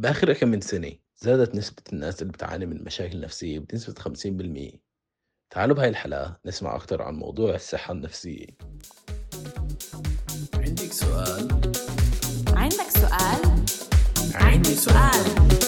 بآخر كم من سنة زادت نسبة الناس اللي بتعاني من مشاكل نفسية بنسبة 50%. تعالوا بهاي الحلقة نسمع أكثر عن موضوع الصحة النفسية. عندك سؤال؟ عندك سؤال؟ عندي سؤال.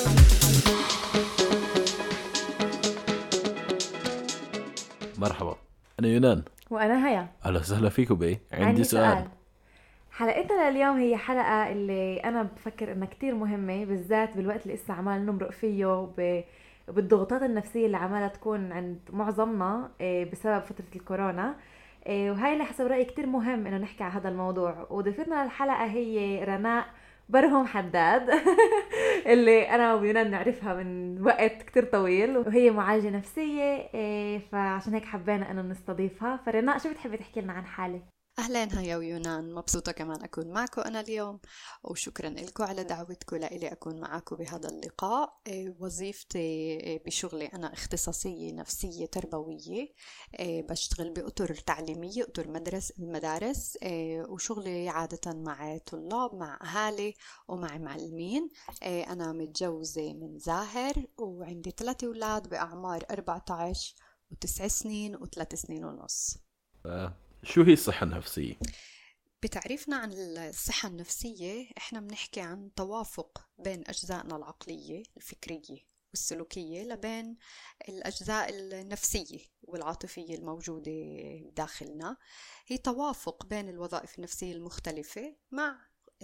مرحبا، أنا يونان. وأنا هيا. أهلا وسهلا فيكم بي عندي سؤال. حلقتنا لليوم هي حلقة اللي أنا بفكر إنها كتير مهمة، بالذات بالوقت اللي إسا عمال نمرق فيه وبالضغوطات النفسية اللي عمالة تكون عند معظمنا بسبب فترة الكورونا. وهاي اللي حسب رأيي كتير مهم إنه نحكي عن هذا الموضوع. وضيفتنا للحلقة هي رناء برهم حداد اللي أنا ويونان نعرفها من وقت كتير طويل، وهي معالجة نفسية. فعشان هيك حبينا إنه نستضيفها. فرناء، شو بتحبي تحكي لنا عن حالك؟ أهلين هيا ويونان، مبسوطة كمان أكون معكم أنا اليوم، وشكرا لكم على دعوتكم لإلي أكون معكم بهذا اللقاء. وظيفتي بشغلي أنا اختصاصية نفسية تربوية، بشتغل بأطر تعليمية، أطر مدارس، وشغلي عادة مع طلاب، مع أهالي ومع معلمين. أنا متجوزة من زاهر وعندي 3 أولاد بأعمار 14 و9 سنين و3 سنين ونص. شو هي الصحة النفسية؟ بتعريفنا عن الصحة النفسية احنا بنحكي عن توافق بين أجزائنا العقلية الفكرية والسلوكية لبين الأجزاء النفسية والعاطفية الموجودة داخلنا. هي توافق بين الوظائف النفسية المختلفة مع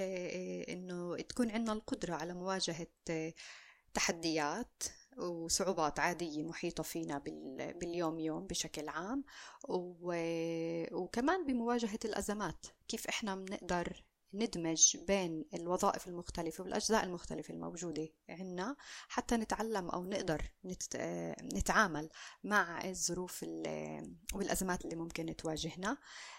إنه تكون عندنا القدرة على مواجهة تحديات وصعوبات عادية محيطة فينا باليوم يوم بشكل عام، وكمان بمواجهة الأزمات، كيف إحنا بنقدر ندمج بين الوظائف المختلفة والأجزاء المختلفة الموجودة عنا حتى نتعلم أو نقدر نتعامل مع الظروف والأزمات اللي ممكن تواجهنا.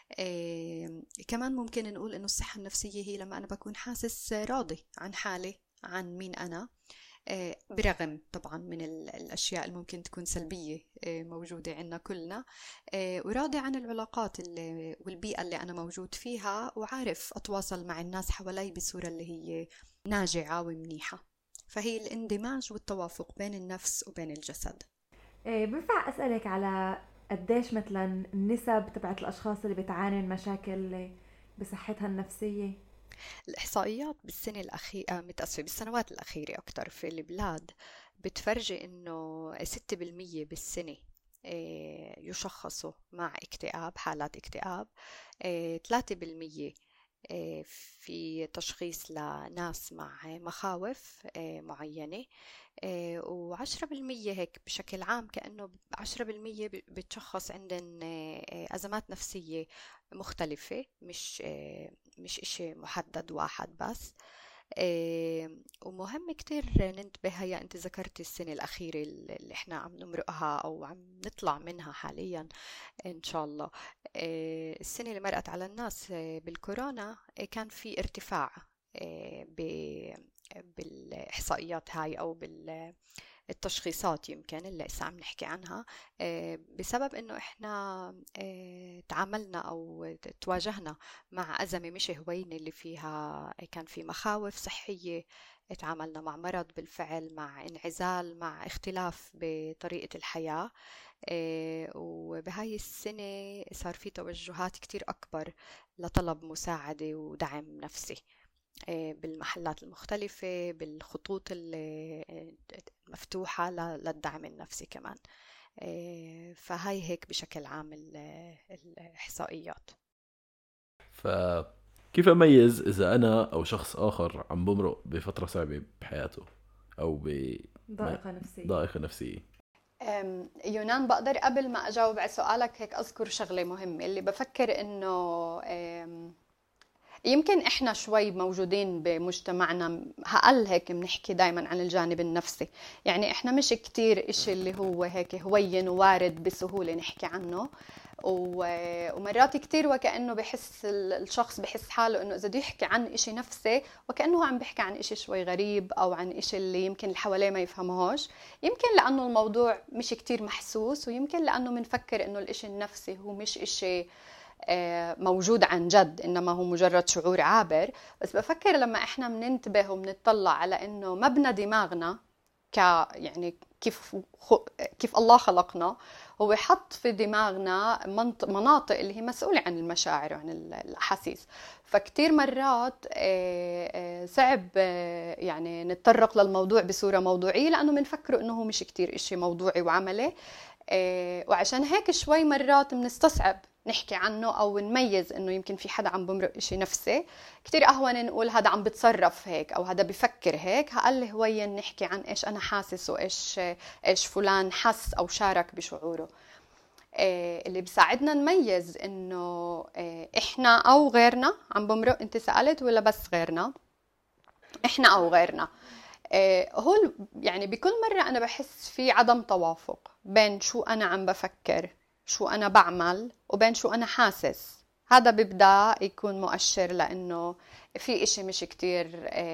كمان ممكن نقول إنه الصحة النفسية هي لما أنا بكون حاسس راضي عن حالي، عن مين أنا، برغم طبعا من الأشياء اللي ممكن تكون سلبية موجودة عنا كلنا، وراضي عن العلاقات والبيئة اللي أنا موجود فيها، وعارف أتواصل مع الناس حوالي بصورة اللي هي ناجعة ومنيحة. فهي الاندماج والتوافق بين النفس وبين الجسد. بنفع أسألك على قديش مثلا النسب تبعت الأشخاص اللي بتعاني من مشاكل بصحتها النفسية؟ الإحصائيات بالسنة الأخيرة، متأسفة بالسنوات الأخيرة أكتر في البلاد، بتفرجي إنه 6% بالسنة يشخصوا مع اكتئاب، حالات اكتئاب، 3% في تشخيص لناس مع مخاوف معينة، و10% هيك بشكل عام، كأنه 10% بتشخص عندن أزمات نفسية مختلفة، مش إشي محدد واحد بس. ومهم كتير ننتبه، هيا أنت ذكرت السنة الأخيرة اللي إحنا عم نمرقها أو عم نطلع منها حاليا إن شاء الله. السنة اللي مرقت على الناس بالكورونا كان في ارتفاع بالإحصائيات هاي أو بالتشخيصات يمكن اللي لسه عم نحكي عنها، بسبب إنه إحنا تعاملنا أو تواجهنا مع أزمة مش هوينة اللي فيها كان في مخاوف صحية، تعاملنا مع مرض بالفعل، مع انعزال، مع اختلاف بطريقة الحياة. وبهاي السنة صار في توجهات كتير أكبر لطلب مساعدة ودعم نفسي بالمحلات المختلفة، بالخطوط المفتوحة للدعم النفسي كمان. فهاي هيك بشكل عام الإحصائيات. فكيف أميز إذا أنا أو شخص آخر عم بمرق بفترة صعبة بحياته أو ضائقة نفسية؟ يونان، بقدر قبل ما أجاوب على سؤالك هيك أذكر شغلة مهمة اللي بفكر إنه يمكن إحنا شوي موجودين بمجتمعنا أقل هيك بنحكي دايما عن الجانب النفسي، يعني إحنا مش كتير إشي اللي هو هيك هوين وارد بسهولة نحكي عنه، ومرات كتير وكأنه بحس الشخص بحس حاله إنه إذا بده يحكي عن إشي نفسي وكأنه هو عم بيحكي عن إشي شوي غريب أو عن إشي اللي يمكن اللي حواليه ما يفهموهوش، يمكن لأنه الموضوع مش كتير محسوس، ويمكن لأنه منفكر إنه الإشي النفسي هو مش إشي موجود عن جد، إنما هو مجرد شعور عابر. بس بفكر لما إحنا بننتبه وبنطلع على إنه مبنى دماغنا يعني كيف الله خلقنا، هو حط في دماغنا مناطق اللي هي مسؤولة عن المشاعر وعن الأحاسيس. فكتير مرات صعب يعني نتطرق للموضوع بصورة موضوعية، لأنه منفكره إنه هو مش كتير إشي موضوعي وعملي، وعشان هيك شوي مرات بنستصعب نحكي عنه أو نميز إنه يمكن في حدا عم بمرق إشي نفسي. كتير أهون نقول هذا عم بتصرف هيك أو هذا بفكر هيك، أقل هوين نحكي عن إيش أنا حاسس وإيش فلان حس أو شارك بشعوره. اللي بيساعدنا نميز إنه إحنا أو غيرنا عم بمرق، أنت سألت ولا بس غيرنا؟ إحنا أو غيرنا. هو يعني بكل مرة أنا بحس في عدم توافق بين شو أنا عم بفكر، شو أنا بعمل، وبين شو أنا حاسس. هذا بيبدأ يكون مؤشر لأنه في إشي مش كتير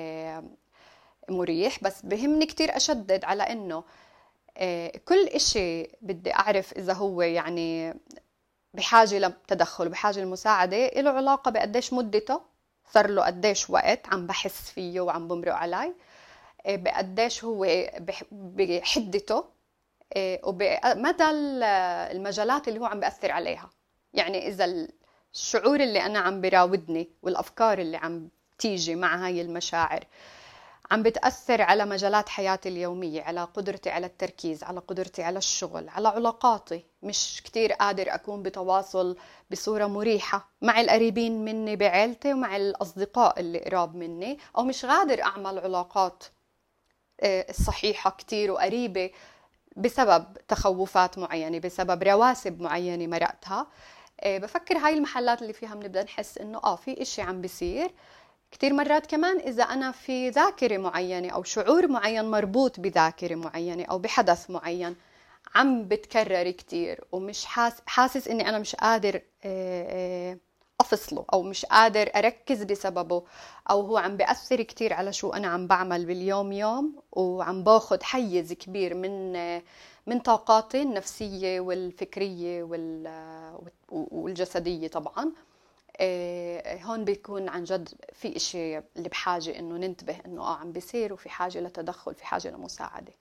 مريح. بس بهمني كتير أشدد على أنه كل إشي بدي أعرف إذا هو يعني بحاجة لتدخل، بحاجة لمساعدة، له علاقة بقديش مدته، صار له قديش وقت عم بحس فيه وعم بمرق علي، بقديش هو بحدته، وبمدى المجالات اللي هو عم بأثر عليها. يعني إذا الشعور اللي أنا عم براودني والأفكار اللي عم تيجي مع هاي المشاعر عم بتأثر على مجالات حياتي اليومية، على قدرتي على التركيز، على قدرتي على الشغل، على علاقاتي، مش كتير قادر أكون بتواصل بصورة مريحة مع القريبين مني بعيلتي ومع الأصدقاء اللي قراب مني، أو مش قادر أعمل علاقات الصحيحة كتير وقريبة بسبب تخوفات معينة، بسبب رواسب معينة مرقتها. بفكر هاي المحلات اللي فيها بنبدأ نحس إنه في إشي عم بيصير. كتير مرات كمان إذا أنا في ذاكرة معينة أو شعور معين مربوط بذاكرة معينة أو بحدث معين عم بتكرر كتير، ومش حاسس إني أنا مش قادر أفصله أو مش قادر أركز بسببه، أو هو عم بيأثر كتير على شو أنا عم بعمل باليوم يوم، وعم باخد حيز كبير من طاقاتي النفسية والفكرية والجسدية طبعا. هون بيكون عن جد في إشي اللي بحاجة إنه ننتبه إنه عم بيصير، وفي حاجة لتدخل، في حاجة لمساعدة.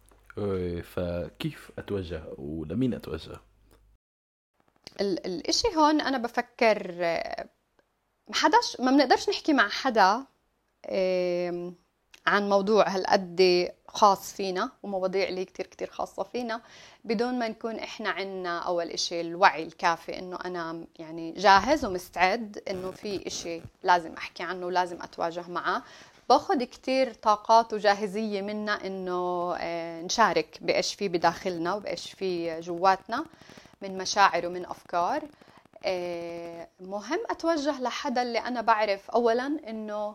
فكيف أتوجه ولمين أتوجه؟ الإشي هون أنا بفكر ما بنقدرش نحكي مع حدا عن موضوع هالقد خاص فينا ومواضيع اللي كتير خاصة فينا بدون ما نكون إحنا عنا أول إشي الوعي الكافي إنه أنا يعني جاهز ومستعد إنه في إشي لازم أحكي عنه ولازم أتواجه معه. باخد كتير طاقات وجاهزية منا إنه نشارك بإيش في بداخلنا وبإيش في جواتنا من مشاعر ومن أفكار. مهم أتوجه لحدا اللي أنا بعرف أولاً إنه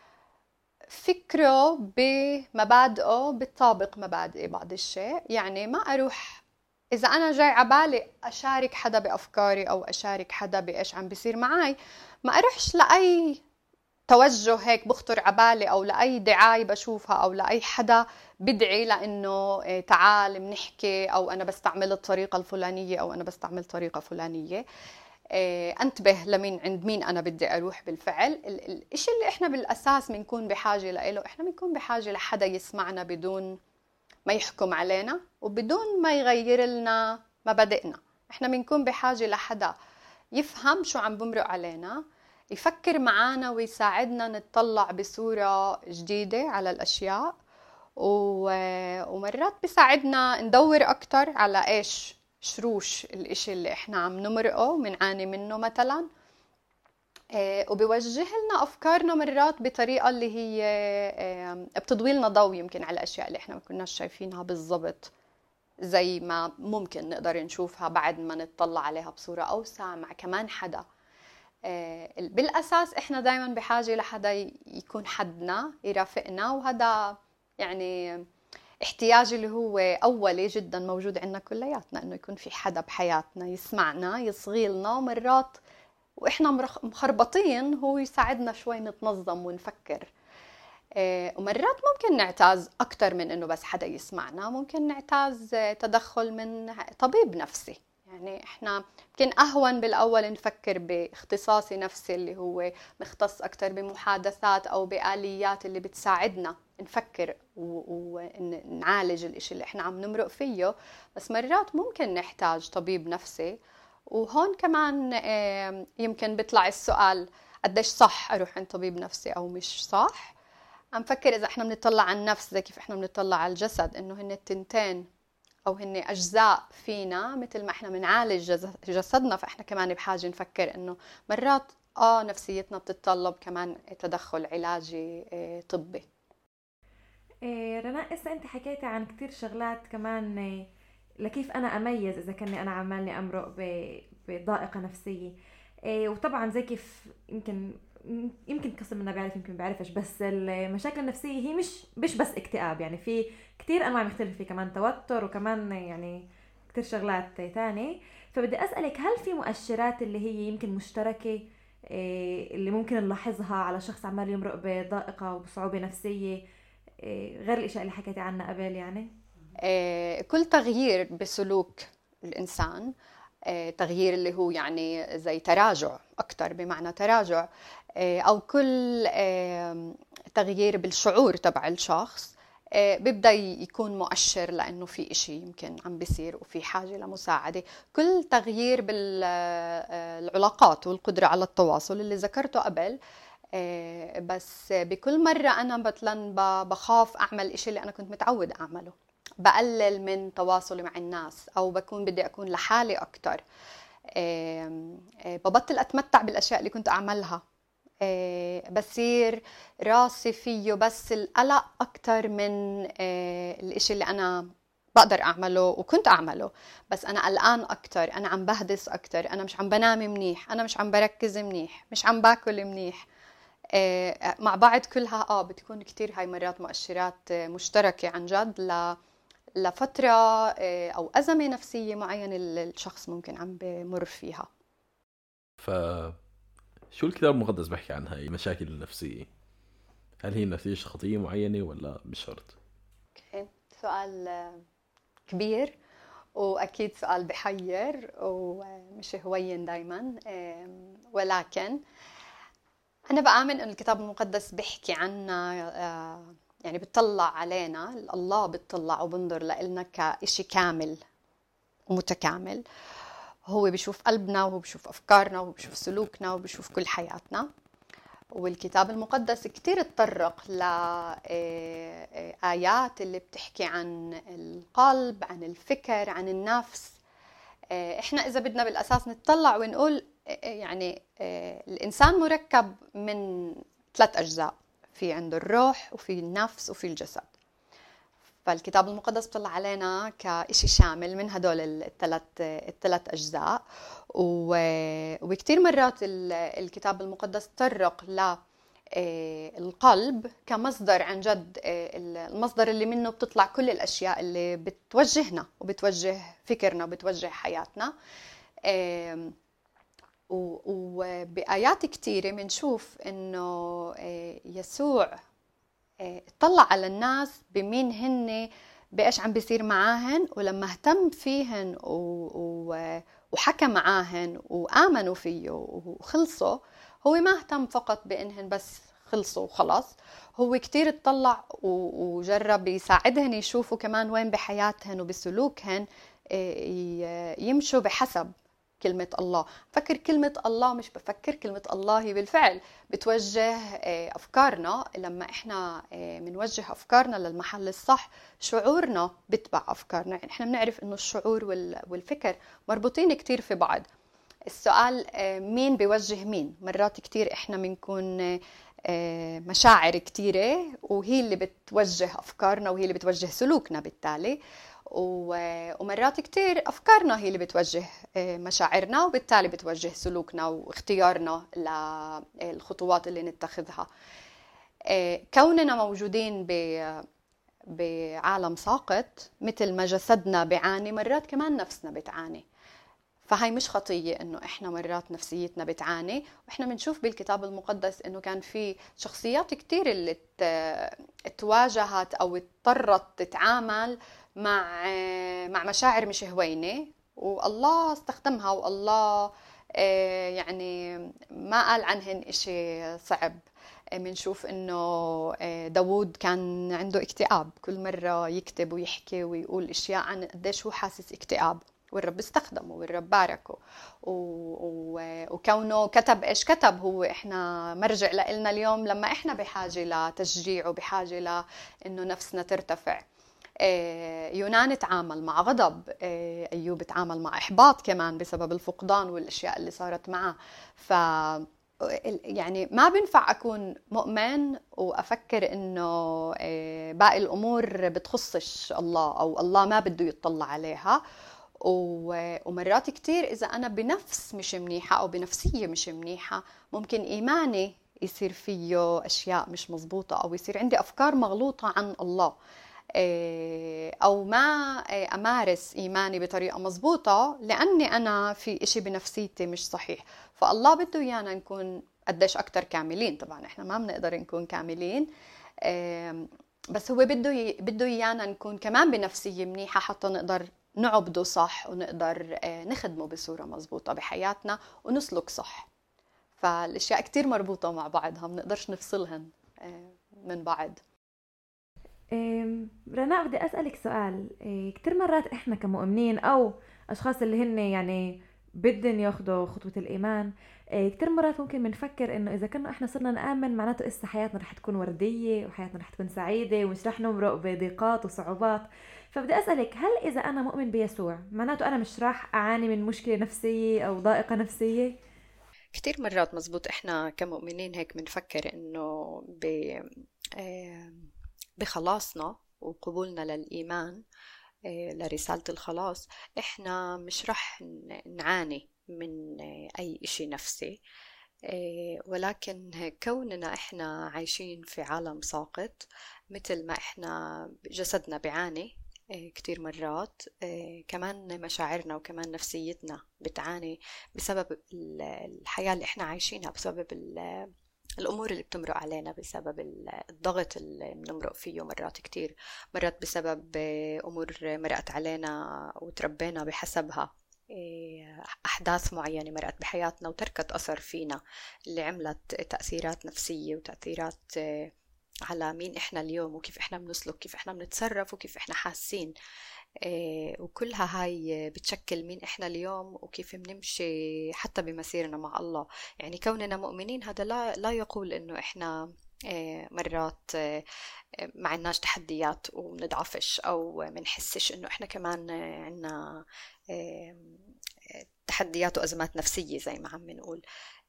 فكره بمبادئه بتطابق مبادئي بعض الشيء. يعني ما أروح إذا أنا جاي عبالي أشارك حدا بأفكاري أو أشارك حدا بإيش عم بيصير معي، ما أروحش لأي توجه هيك بخطر عبالي أو لأي دعاية بشوفها أو لأي حدا بدعي لأنه تعال بنحكي أو أنا بستعمل الطريقة الفلانية أو أنا بستعمل طريقة فلانية. انتبه لمين عند مين أنا بدي أروح بالفعل. الإشي اللي إحنا بالأساس بنكون بحاجة له، إحنا بنكون بحاجة لحدا يسمعنا بدون ما يحكم علينا وبدون ما يغير لنا مبادئنا. إحنا بنكون بحاجة لحدا يفهم شو عم بمرق علينا، يفكر معانا ويساعدنا نتطلع بصورة جديدة على الأشياء، ومرات بيساعدنا ندور أكتر على إيش شروش الإشي اللي إحنا عم نمرقه منعاني منه مثلا، وبيوجه لنا أفكارنا مرات بطريقة اللي هي بتضوي لنا ضوء يمكن على الأشياء اللي إحنا ما كناش شايفينها بالضبط زي ما ممكن نقدر نشوفها بعد ما نتطلع عليها بصورة أوسع مع كمان حدا. بالأساس إحنا دايما بحاجة لحدا يكون حدنا يرافقنا، وهذا يعني احتياج اللي هو أولي جدا موجود عندنا كلياتنا، إنه يكون في حدا بحياتنا يسمعنا يصغي لنا، ومرات وإحنا مخربطين هو يساعدنا شوي نتنظم ونفكر. ومرات ممكن نعتاز أكتر من إنه بس حدا يسمعنا، ممكن نعتاز تدخل من طبيب نفسي. يعني احنا يمكن اهون بالاول نفكر باختصاصي نفسي اللي هو مختص اكثر بمحادثات او باليات اللي بتساعدنا نفكر ونعالج الاشي اللي احنا عم نمرق فيه. بس مرات ممكن نحتاج طبيب نفسي. وهون كمان يمكن بيطلع السؤال قديش صح اروح عند طبيب نفسي او مش صح. عم فكر اذا احنا بنطلع على النفس زي كيف احنا بنطلع على الجسد، انه هن التنتين او هن اجزاء فينا، مثل ما احنا بنعالج جسدنا فاحنا كمان بحاجه نفكر انه مرات نفسيتنا بتتطلب كمان تدخل علاجي طبي. رناء، انت حكيتي عن كتير شغلات كمان لكيف انا اميز اذا كاني انا عمالي امرق بضائقه نفسيه. وطبعا زي كيف يمكن كثير منا بيعرف يمكن بيعرفش، بس المشاكل النفسيه هي مش بس اكتئاب، يعني في كتير انواع مختلفه، في كمان توتر وكمان يعني كتير شغلات تانية. فبدي اسالك، هل في مؤشرات اللي هي يمكن مشتركه اللي ممكن نلاحظها على شخص عمال يمرق بضائقه وبصعوبه نفسيه غير الاشياء اللي حكيتي عنها قبل؟ يعني كل تغيير بسلوك الإنسان، تغيير اللي هو يعني زي تراجع أكتر، بمعنى تراجع، أو كل تغيير بالشعور تبع الشخص بيبدأ يكون مؤشر لأنه في إشي يمكن عم بيصير وفي حاجة لمساعدة. كل تغيير بالعلاقات والقدرة على التواصل اللي ذكرته قبل. بس بكل مرة أنا مثلا بخاف أعمل إشي اللي أنا كنت متعود أعمله، بقلل من تواصلي مع الناس، أو بكون بدي أكون لحالي أكتر، ببطل أتمتع بالأشياء اللي كنت أعملها، بصير راسي فيه بس القلق أكتر من الإشي اللي أنا بقدر أعمله وكنت أعمله. بس أنا قلقان أكتر، أنا عم بهدس أكتر، أنا مش عم بنام منيح، أنا مش عم بركز منيح، مش عم باكل منيح. مع بعض كلها بتكون كتير هاي مرات مؤشرات مشتركة عن جد لفترة أو أزمة نفسية معينة الشخص ممكن عم بمر فيها. شو الكتاب المقدس بحكي عن هاي المشاكل النفسية؟ هل هي نتيجة خطية معينة ولا مش شرط؟ سؤال كبير، وأكيد سؤال بحير ومش هوين دايما، ولكن أنا بآمن أن الكتاب المقدس بيحكي عنا، يعني بتطلع علينا، الله بتطلع وبنظر لنا كإشي كامل ومتكامل. هو بيشوف قلبنا وهو بيشوف أفكارنا وهو بيشوف سلوكنا وبيشوف كل حياتنا. والكتاب المقدس كتير اتطرق لآيات اللي بتحكي عن القلب، عن الفكر، عن النفس. إحنا إذا بدنا بالأساس نتطلع ونقول يعني الإنسان مركب من 3 أجزاء، في عنده الروح وفي النفس وفي الجسد. فالكتاب المقدس بيطلع علينا كإشي شامل من هدول الثلاث أجزاء. وكتير مرات الكتاب المقدس تطرق للقلب كمصدر عن جد، المصدر اللي منه بتطلع كل الأشياء اللي بتوجهنا وبتوجه فكرنا وبتوجه حياتنا. وبآيات كتيرة منشوف إنه يسوع اطلع على الناس بمين هن، بإيش عم بيصير معاهن، ولما اهتم فيهن وحكى معاهن وآمنوا فيه وخلصوا، هو ما اهتم فقط بإنهن بس خلصوا وخلاص، هو كتير اطلع وجرب يساعدهن يشوفوا كمان وين بحياتهن وبسلوكهن يمشوا بحسب كلمة الله. فكر كلمة الله، مش بفكر كلمة الله هي بالفعل بتوجه أفكارنا. لما إحنا منوجه أفكارنا للمحل الصح، شعورنا بتبع أفكارنا. يعني إحنا بنعرف إنه الشعور والفكر مربوطين كتير في بعض. السؤال مين بيوجه مين؟ مرات كتير إحنا بنكون مشاعر كتيرة وهي اللي بتوجه أفكارنا وهي اللي بتوجه سلوكنا بالتالي، ومرات كتير أفكارنا هي اللي بتوجه مشاعرنا وبالتالي بتوجه سلوكنا واختيارنا للخطوات اللي نتخذها. كوننا موجودين بعالم ساقط، مثل ما جسدنا بيعاني، مرات كمان نفسنا بتعاني. فهي مش خطية إنه إحنا مرات نفسيتنا بتعاني. وإحنا بنشوف بالكتاب المقدس إنه كان في شخصيات كتير اللي تواجهت أو اضطرت تتعامل مع مشاعر مش هوينة، والله استخدمها، والله يعني ما قال عنهن إشي صعب. بنشوف إنه داوود كان عنده اكتئاب، كل مرة يكتب ويحكي ويقول إشياء عن قديش هو حاسس اكتئاب، والرب استخدمه والرب باركه. وكونه كتب إيش كتب، هو إحنا مرجع لإلنا اليوم لما إحنا بحاجة لتشجيع وبحاجة لإنه نفسنا ترتفع. يونان تعامل مع غضب، أيوب تعامل مع إحباط كمان بسبب الفقدان والأشياء اللي صارت معه. ف يعني ما بنفع أكون مؤمن وأفكر إنه باقي الأمور بتخصش الله أو الله ما بده يطلع عليها. ومرات كتير إذا أنا بنفس مش منيحة أو بنفسية مش منيحة، ممكن إيماني يصير فيه أشياء مش مزبوطة، أو يصير عندي أفكار مغلوطة عن الله، أو ما أمارس إيماني بطريقة مزبوطة لأني أنا في إشي بنفسيتي مش صحيح. فالله بده إيانا نكون قديش أكتر كاملين. طبعا إحنا ما بنقدر نكون كاملين، بس هو بده إيانا نكون كمان بنفسية منيحة حتى نقدر نعبده صح، ونقدر نخدمه بصورة مزبوطة بحياتنا ونسلك صح. فالأشياء كتير مربوطة مع بعضها، ما بنقدرش نفصلهن من بعض. رناء، بدي أسألك سؤال. كتير مرات إحنا كمؤمنين أو أشخاص اللي هن يعني بدهم ياخدوا خطوة الإيمان، كتير مرات ممكن بنفكر إنه إذا كنا إحنا صرنا نآمن معناته إسا حياتنا رح تكون وردية وحياتنا رح تكون سعيدة ومش رح نمرق بضيقات وصعوبات. فبدي أسألك، هل إذا أنا مؤمن بيسوع معناته أنا مش رح أعاني من مشكلة نفسية أو ضائقة نفسية؟ كتير مرات مزبوط إحنا كمؤمنين هيك بنفكر إنه بخلاصنا وقبولنا للإيمان، لرسالة الخلاص، إحنا مش رح نعاني من أي إشي نفسي. ولكن كوننا إحنا عايشين في عالم ساقط، مثل ما إحنا جسدنا بيعاني كتير مرات، كمان مشاعرنا وكمان نفسيتنا بتعاني بسبب الحياة اللي إحنا عايشينها، بسبب الأمور اللي بتمرق علينا، بسبب الضغط اللي بنمرق فيه مرات كتير، مرات بسبب أمور مرقت علينا وتربينا بحسبها، أحداث معينة مرقت بحياتنا وتركت أثر فينا، اللي عملت تأثيرات نفسية وتأثيرات على مين إحنا اليوم وكيف إحنا بنسلك، كيف إحنا بنتصرف وكيف إحنا حاسين. وكلها هاي بتشكل مين إحنا اليوم وكيف بنمشي حتى بمسيرنا مع الله. يعني كوننا مؤمنين هذا لا يقول إنه إحنا مرات ما عندناش تحديات ومنضعفش أو منحسش إنه إحنا كمان عنا تحديات وأزمات نفسية زي ما عم نقول.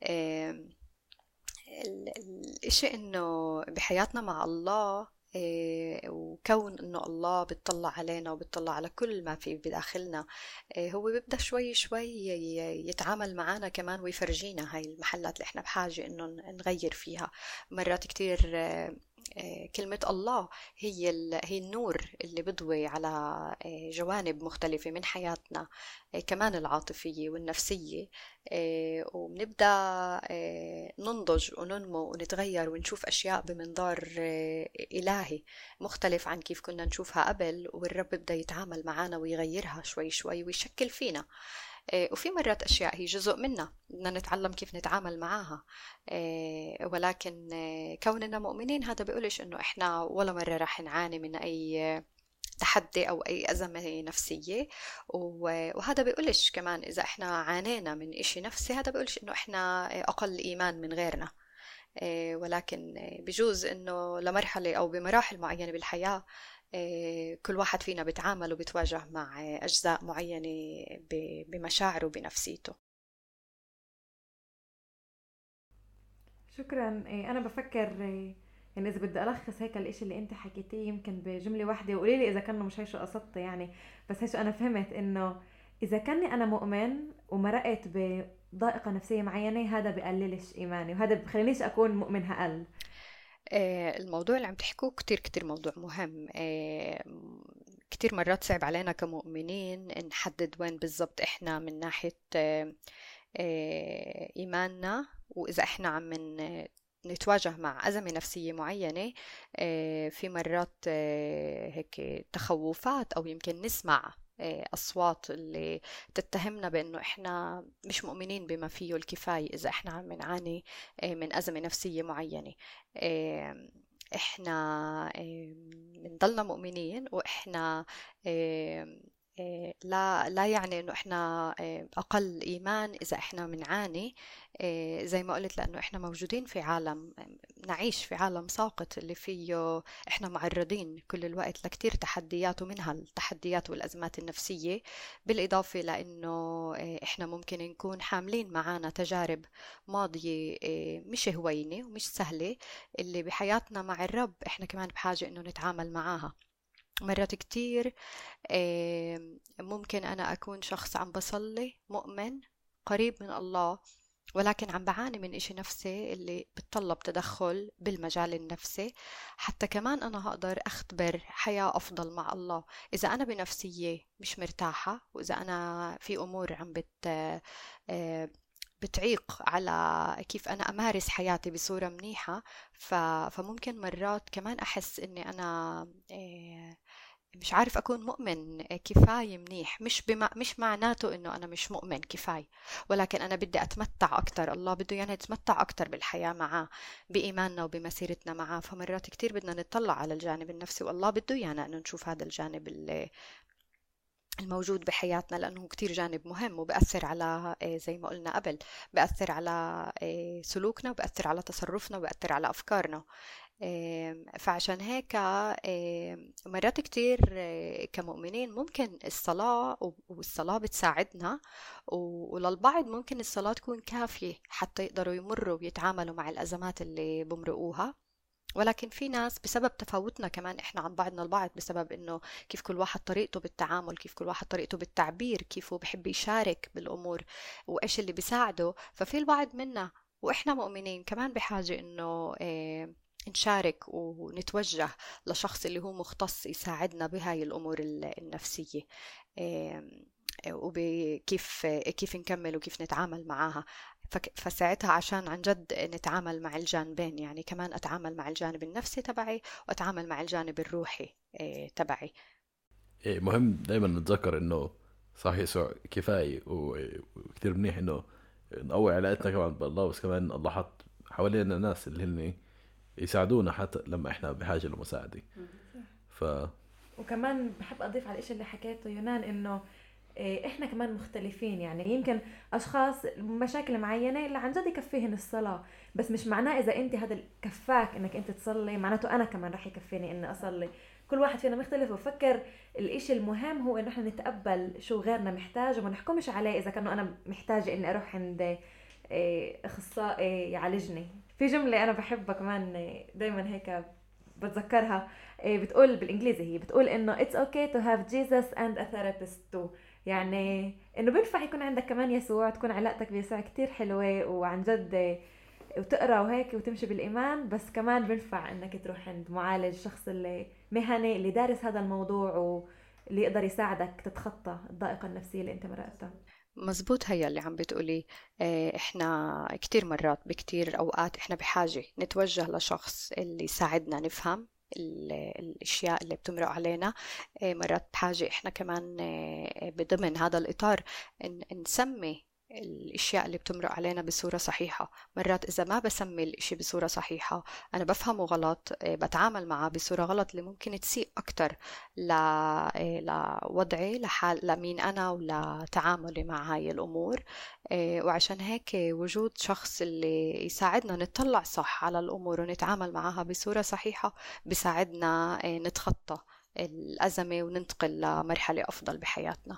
الإشي إنه بحياتنا مع الله، وكون إنه الله بيطلع علينا وبيطلع على كل ما في بداخلنا، هو بيبدأ شوي شوي يتعامل معنا كمان ويفرجينا هاي المحلات اللي إحنا بحاجة إنه نغير فيها. مرات كتير كلمة الله هي النور اللي بضوي على جوانب مختلفة من حياتنا، كمان العاطفية والنفسية، وبنبدأ ننضج وننمو ونتغير ونشوف أشياء بمنظار إلهي مختلف عن كيف كنا نشوفها قبل، والرب بدأ يتعامل معنا ويغيرها شوي شوي ويشكل فينا. وفي مرات أشياء هي جزء منا بدنا نتعلم كيف نتعامل معاها، ولكن كوننا مؤمنين هذا بيقولش إنه إحنا ولا مرة راح نعاني من أي تحدي أو أي أزمة نفسية. وهذا بيقولش كمان إذا إحنا عانينا من إشي نفسي هذا بيقولش إنه إحنا أقل إيمان من غيرنا، ولكن بجوز إنه لمرحلة أو بمراحل معينة بالحياة كل واحد فينا بيتعامل وبيتواجه مع أجزاء معينة بمشاعره وبنفسيته. شكرا. أنا بفكر يعني إذا بدي ألخص هيك الإشي اللي أنت حكيتيه يمكن بجملة واحدة، وقولي لي إذا كانوا مش هيشو قصدت يعني، بس هيشو أنا فهمت إنه إذا كاني أنا مؤمن ومرقت بضائقة نفسية معينة هذا بقللش إيماني، وهذا بخلينيش أكون مؤمن أقل. الموضوع اللي عم تحكوه كتير موضوع مهم. كتير مرات صعب علينا كمؤمنين نحدد وين بالضبط إحنا من ناحية إيماننا، وإذا إحنا عم نتواجه مع أزمة نفسية معينة، في مرات هيك تخوفات أو يمكن نسمع أصوات اللي تتهمنا بأنه إحنا مش مؤمنين بما فيه الكفاية إذا إحنا عم نعاني من أزمة نفسية معينة. إحنا بنضلنا مؤمنين، وإحنا لا يعني إنه إحنا أقل إيمان إذا إحنا منعاني، زي ما قلت، لأنه إحنا موجودين في عالم، نعيش في عالم ساقط اللي فيه إحنا معرضين كل الوقت لكتير تحديات، ومنها التحديات والأزمات النفسية، بالإضافة لأنه إحنا ممكن نكون حاملين معانا تجارب ماضية مش هوينة ومش سهلة، اللي بحياتنا مع الرب إحنا كمان بحاجة إنه نتعامل معاها. مرات كتير ممكن أنا أكون شخص عم بصلي مؤمن قريب من الله، ولكن عم بعاني من إشي نفسي اللي بتطلب تدخل بالمجال النفسي، حتى كمان أنا هقدر أختبر حياة أفضل مع الله. إذا أنا بنفسية مش مرتاحة، وإذا أنا في أمور عم بتعيق على كيف أنا أمارس حياتي بصورة منيحة، فممكن مرات كمان أحس إني أنا مش عارف أكون مؤمن كفاية منيح. مش معناته إنه أنا مش مؤمن كفاية، ولكن أنا بدي أتمتع أكتر. الله بده يعني نتمتع أكتر بالحياة معاه، بإيماننا وبمسيرتنا معاه. فمرات كتير بدنا نطلع على الجانب النفسي، والله بده يعني أنه نشوف هذا الجانب الموجود بحياتنا، لأنه كتير جانب مهم وبأثر على زي ما قلنا قبل، بأثر على سلوكنا، وبأثر على تصرفنا، وبأثر على أفكارنا. فعشان هيك مرات كتير كمؤمنين ممكن الصلاة، والصلاة بتساعدنا، وللبعض ممكن الصلاة تكون كافية حتى يقدروا يمروا ويتعاملوا مع الأزمات اللي بمرقوها. ولكن في ناس بسبب تفاوتنا كمان إحنا عن بعضنا البعض، بسبب إنه كيف كل واحد طريقته بالتعامل، كيف كل واحد طريقته بالتعبير، كيف هو بحب يشارك بالأمور وإيش اللي بيساعده، ففي البعض منا وإحنا مؤمنين كمان بحاجة إنه نشارك ونتوجه لشخص اللي هو مختص يساعدنا بهاي الأمور النفسية، وكيف نكمل وكيف نتعامل معاها. فساعتها عشان عن جد نتعامل مع الجانبين، يعني كمان أتعامل مع الجانب النفسي تبعي، وأتعامل مع الجانب الروحي تبعي. مهم دايما نتذكر انه صح يسوع كفاية، وكتير منيح انه نقوي علاقتنا كمان بالله، بس كمان الله حط حوالينا ناس اللي هن يساعدونا حتى لما احنا بحاجة لمساعدة. وكمان بحب أضيف على الإشي اللي حكيته يونان، إنه إحنا كمان مختلفين. يعني يمكن أشخاص مشاكل معينة اللي عن جد يكفيهن الصلاة، بس مش معناه إذا أنت هذا كفاك إنك أنت تصلي معناته أنا كمان رح يكفيني إني أصلي. كل واحد فينا مختلف، وفكر الإشي المهم هو إنه إحنا نتقبل شو غيرنا محتاج، وما نحكمش عليه إذا كانوا أنا محتاجة إني أروح عند أخصائي يعالجني. في جملة أنا بحبها كمان دايما هيك بتذكرها، بتقول بالإنجليزي، هي بتقول إنه it's okay to have Jesus and a therapist too. يعني إنه بينفع يكون عندك كمان يسوع، تكون علاقتك بيسوع كتير حلوة وعن جد وتقرأ وهيك وتمشي بالإيمان، بس كمان بينفع إنك تروح عند معالج، شخص اللي مهني اللي دارس هذا الموضوع واللي يقدر يساعدك تتخطى الضائقة النفسية اللي أنت مرقتها. مزبوط، هيا اللي عم بتقولي. إحنا كتير مرات بكتير أوقات إحنا بحاجة نتوجه لشخص اللي يساعدنا نفهم الأشياء اللي بتمرق علينا. مرات بحاجة إحنا كمان بضمن هذا الإطار نسمي الأشياء اللي بتمرق علينا بصورة صحيحة. مرات إذا ما بسمي الإشي بصورة صحيحة أنا بفهمه غلط، بتعامل معه بصورة غلط، اللي ممكن تسيء أكتر لوضعي، لمين أنا ولتعاملي مع هاي الأمور. وعشان هيك وجود شخص اللي يساعدنا نطلع صح على الأمور ونتعامل معها بصورة صحيحة بيساعدنا نتخطى الأزمة وننتقل لمرحلة أفضل بحياتنا.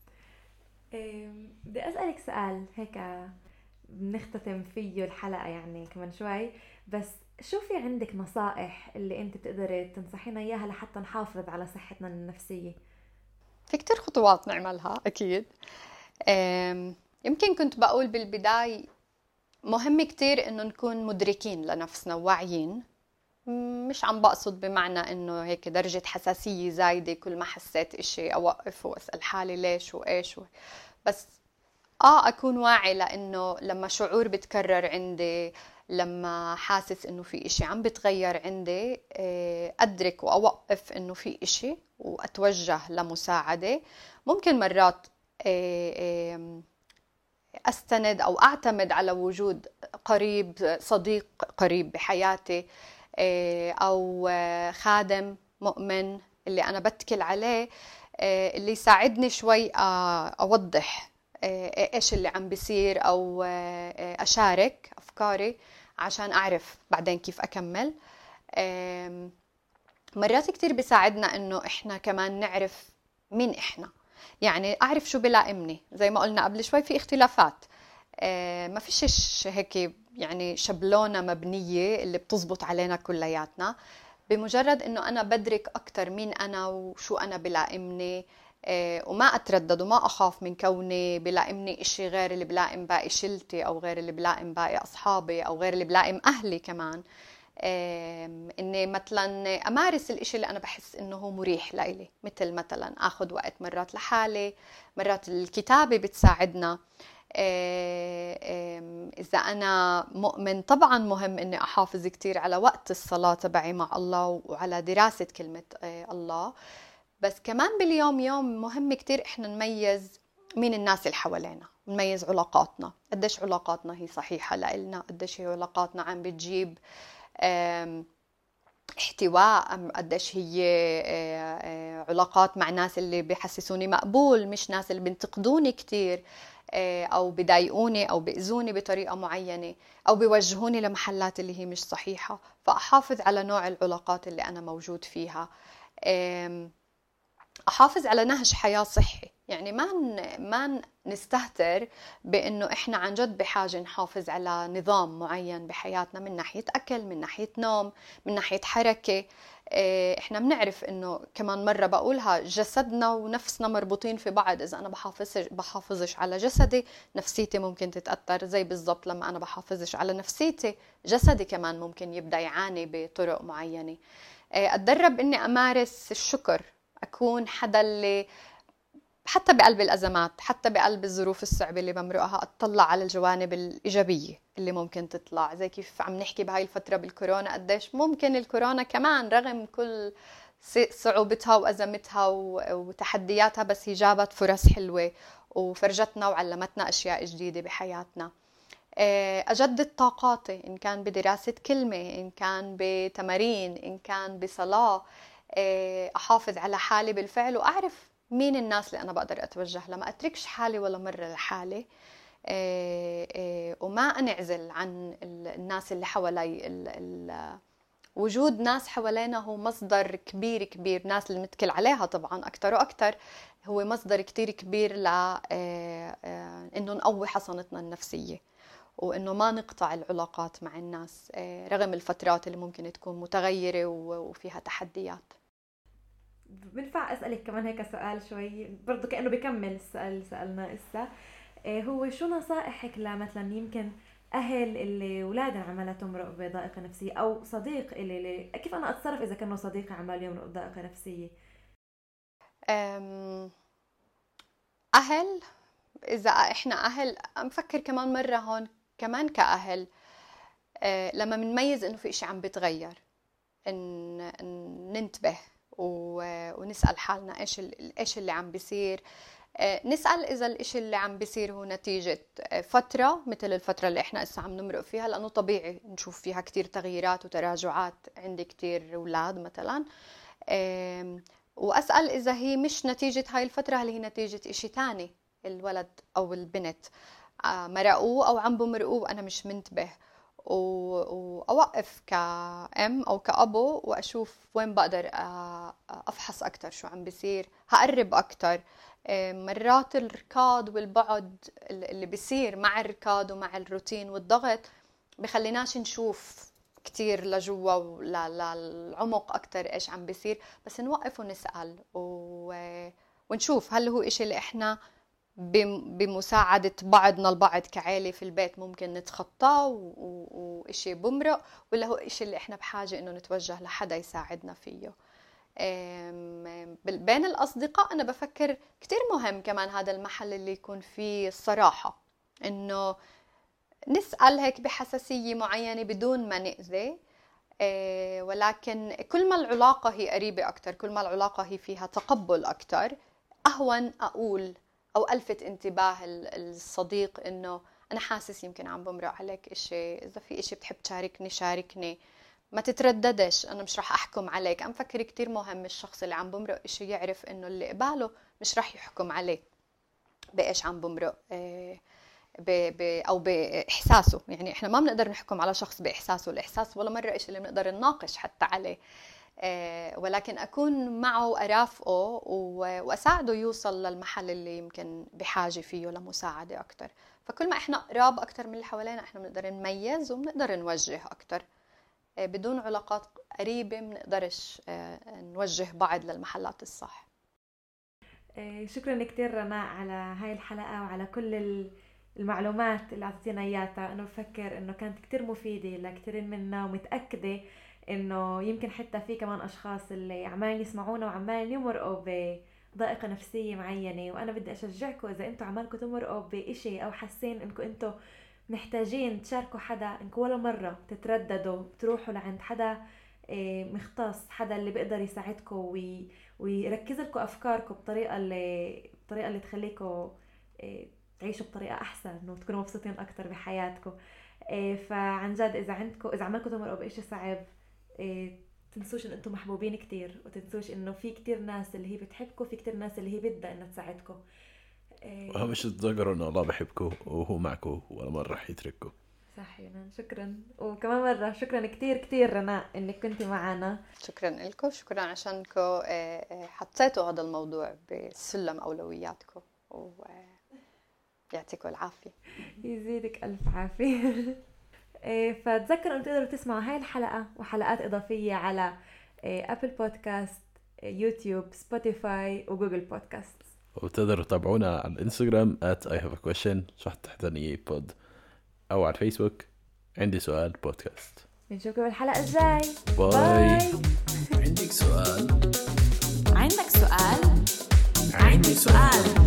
بدي أسألك سؤال هيك بنختتم فيه الحلقة يعني كمان شوي، بس شو في عندك نصائح اللي انت بتقدري تنصحينا اياها لحتى نحافظ على صحتنا النفسية؟ في كتير خطوات نعملها أكيد. يمكن كنت بقول بالبداية مهم كتير إنه نكون مدركين لنفسنا وواعيين. مش عم بقصد بمعنى إنه هيك درجة حساسية زايدة كل ما حسيت إشي أوقف وأسأل حالي ليش وإيش بس أكون واعي لأنه لما شعور بتكرر عندي لما حاسس انه في اشي عم بتغير عندي، ادرك واوقف انه في اشي واتوجه لمساعدة. ممكن مرات استند او اعتمد على وجود قريب، صديق قريب بحياتي، او خادم مؤمن اللي انا بتكل عليه، اللي يساعدني شوي اوضح ايش اللي عم بيصير، او اشارك افكاري عشان اعرف بعدين كيف اكمل. مرات كتير بيساعدنا انه احنا كمان نعرف مين احنا، يعني اعرف شو بلائمني. زي ما قلنا قبل شوي في اختلافات، ما فيش هيك يعني شبلونة مبنية اللي بتزبط علينا كلياتنا. بمجرد انه انا بدرك اكتر مين انا وشو انا بلائمني، وما اتردد وما اخاف من كوني بلائمني اشي غير اللي بلائم باقي شلتي، او غير اللي بلائم باقي اصحابي، او غير اللي بلائم اهلي كمان. اني مثلا امارس الاشي اللي انا بحس انه هو مريح لإلي، مثل مثلا اخذ وقت مرات لحالي، مرات الكتابة بتساعدنا. إذا أنا مؤمن طبعا مهم إني أحافظ كتير على وقت الصلاة تبعي مع الله وعلى دراسة كلمة الله. بس كمان باليوم يوم مهم كتير إحنا نميز مين الناس اللي حوالينا، نميز علاقاتنا، قديش علاقاتنا هي صحيحة لإلنا، قديش هي علاقاتنا عم بتجيب احتواء، قديش هي علاقات مع ناس اللي بيحسسوني مقبول، مش ناس اللي بينتقدوني كتير، أو بيضايقوني أو بيأذوني بطريقة معينة، أو بيوجهوني لمحلات اللي هي مش صحيحة. فأحافظ على نوع العلاقات اللي أنا موجود فيها، أحافظ على نهج حياة صحي. يعني ما نستهتر بأنه إحنا عن جد بحاجة نحافظ على نظام معين بحياتنا، من ناحية أكل، من ناحية نوم، من ناحية حركة. إحنا بنعرف إنه كمان مرة بقولها، جسدنا ونفسنا مربوطين في بعض. إذا أنا بحافظش على جسدي، نفسيتي ممكن تتأثر. زي بالضبط لما أنا بحافظش على نفسيتي، جسدي كمان ممكن يبدأ يعاني بطرق معينة. أتدرب إني أمارس الشكر، أكون حدا اللي حتى بقلب الأزمات، حتى بقلب الظروف الصعبة اللي بمرقها، أطلع على الجوانب الإيجابية اللي ممكن تطلع. زي كيف عم نحكي بهاي الفترة بالكورونا، قديش ممكن الكورونا كمان رغم كل صعوبتها وأزمتها وتحدياتها، بس هي جابت فرص حلوة وفرجتنا وعلمتنا أشياء جديدة بحياتنا. أجدد طاقاتي، إن كان بدراسة كلمة، إن كان بتمارين، إن كان بصلاة. أحافظ على حالي بالفعل، وأعرف مين الناس اللي أنا بقدر أتوجه لها. ما أتركش حالي ولا مرة لحالي، وما أنعزل عن الناس اللي حوالي. وجود ناس حوالينا هو مصدر كبير كبير، ناس اللي نتكل عليها طبعا أكتر وأكتر، هو مصدر كتير كبير إنه نقوي حصنتنا النفسية، وإنه ما نقطع العلاقات مع الناس رغم الفترات اللي ممكن تكون متغيرة وفيها تحديات. بنفع أسألك كمان هيك سؤال شوي برضو كأنه بيكمل السؤال اللي سألنا إسا، هو شو نصائحك لمثلا يمكن أهل اللي أولادهم عمالة تمرق بضائقة نفسية، أو صديق اللي كيف أنا أتصرف إذا كانوا صديقي عمال يمرق بضائقة نفسية؟ أهل، إذا إحنا أهل، مفكر كمان مرة هون كمان كأهل، لما منميز إنه في إشي عم بتغير، ننتبه ونسأل حالنا إيش اللي عم بيصير. نسأل إذا الإشي اللي عم بيصير هو نتيجة فترة مثل الفترة اللي إحنا إسا عم نمرق فيها، لأنه طبيعي نشوف فيها كتير تغييرات وتراجعات. عندي كتير أولاد مثلا، وأسأل إذا هي مش نتيجة هاي الفترة، هل هي نتيجة إشي تاني، الولد أو البنت مرقوه أو عم بمرقوه وأنا مش منتبه. وأوقف كأم أو كأبو وأشوف وين بقدر أفحص أكتر شو عم بيصير، هقرب أكتر. مرات الركض والبعد اللي بيصير مع الركض ومع الروتين والضغط بخليناش نشوف كتير لجوا للعمق أكتر إيش عم بيصير. بس نوقف ونسأل ونشوف هل هو إشي اللي إحنا بمساعدة بعضنا البعض كعائلة في البيت ممكن نتخطاه وإشي بمرق، ولا هو إشي اللي إحنا بحاجة إنه نتوجه لحدا يساعدنا فيه. بين الأصدقاء أنا بفكر كتير مهم كمان هذا المحل اللي يكون فيه الصراحة، إنه نسأل هيك بحساسية معينة بدون ما نأذي. ولكن كل ما العلاقة هي قريبة أكتر، كل ما العلاقة هي فيها تقبل أكتر، أهون أقول أو ألفت انتباه الصديق إنه أنا حاسس يمكن عم بمرق عليك إشي، إذا في إشي بتحب تشاركني شاركني، ما تترددش، أنا مش رح أحكم عليك. أنا فكر كتير مهم الشخص اللي عم بمرق إشي يعرف إنه اللي قباله مش رح يحكم عليه بإيش عم بمرق أو بإحساسه. يعني إحنا ما بنقدر نحكم على شخص بإحساسه، الإحساس ولا مرة إشي اللي بنقدر نناقش حتى عليه، ولكن أكون معه وأرافقه وأساعده يوصل للمحل اللي يمكن بحاجة فيه لمساعدة أكتر. فكل ما إحنا قراب أكتر من اللي حوالينا إحنا بنقدر نميز وبنقدر نوجه أكتر. بدون علاقات قريبة منقدرش نوجه بعض للمحلات الصح. شكرا كتير رناء على هاي الحلقة وعلى كل المعلومات اللي أعطيتنا إياها. أنا بفكر إنه كانت كتير مفيدة لكتير منا، ومتأكدة إنه يمكن حتى في كمان أشخاص اللي عمالين يسمعونا وعمالين يمرقوا بضائقة نفسية معينة. وأنا بدي أشجعكم إذا أنتوا عمالكم تمرقوا بإشي أو حاسين إنكم أنتوا محتاجين تشاركوا حدا، إنكم ولا مرة تترددوا تروحوا لعند حدا مختص، حدا اللي بيقدر يساعدكم ويركز لكم أفكاركم بطريقة اللي تخليكم تعيشوا بطريقة أحسن وتكونوا مبسوطين أكتر بحياتكم. فعن جد إذا عمالكم تمرقوا بإشي صعب، تنسوش إن أنتم محبوبين كتير، وتنسوش إنه في كتير ناس اللي هي بتحبكم، في كتير ناس اللي هي بدها إنها تساعدكم. وأهم شيء تتذكروا إنه الله بحبكم وهو معكم ولا مرة رح يترككم. صح يونان، شكرا. وكمان مرة شكرا كتير رناء إنك كنتي معنا. شكرا لكم، شكرا عشانكم حطيتوا هذا الموضوع بسلم أولوياتكم، ويعطيكم العافية. يزيدك ألف عافية. فتذكروا أن تقدروا تسمعوا هاي الحلقة وحلقات إضافية على أبل بودكاست، يوتيوب، سبوتيفاي وجوجل بودكاست. وتقدروا تتابعونا على الانستغرام @IHaveAQuestion شرح تحتانية بود، أو على الفيسبوك عندي سؤال بودكاست. بنشوفكم بالحلقة الجاي. باي. عندك سؤال؟ عندي سؤال؟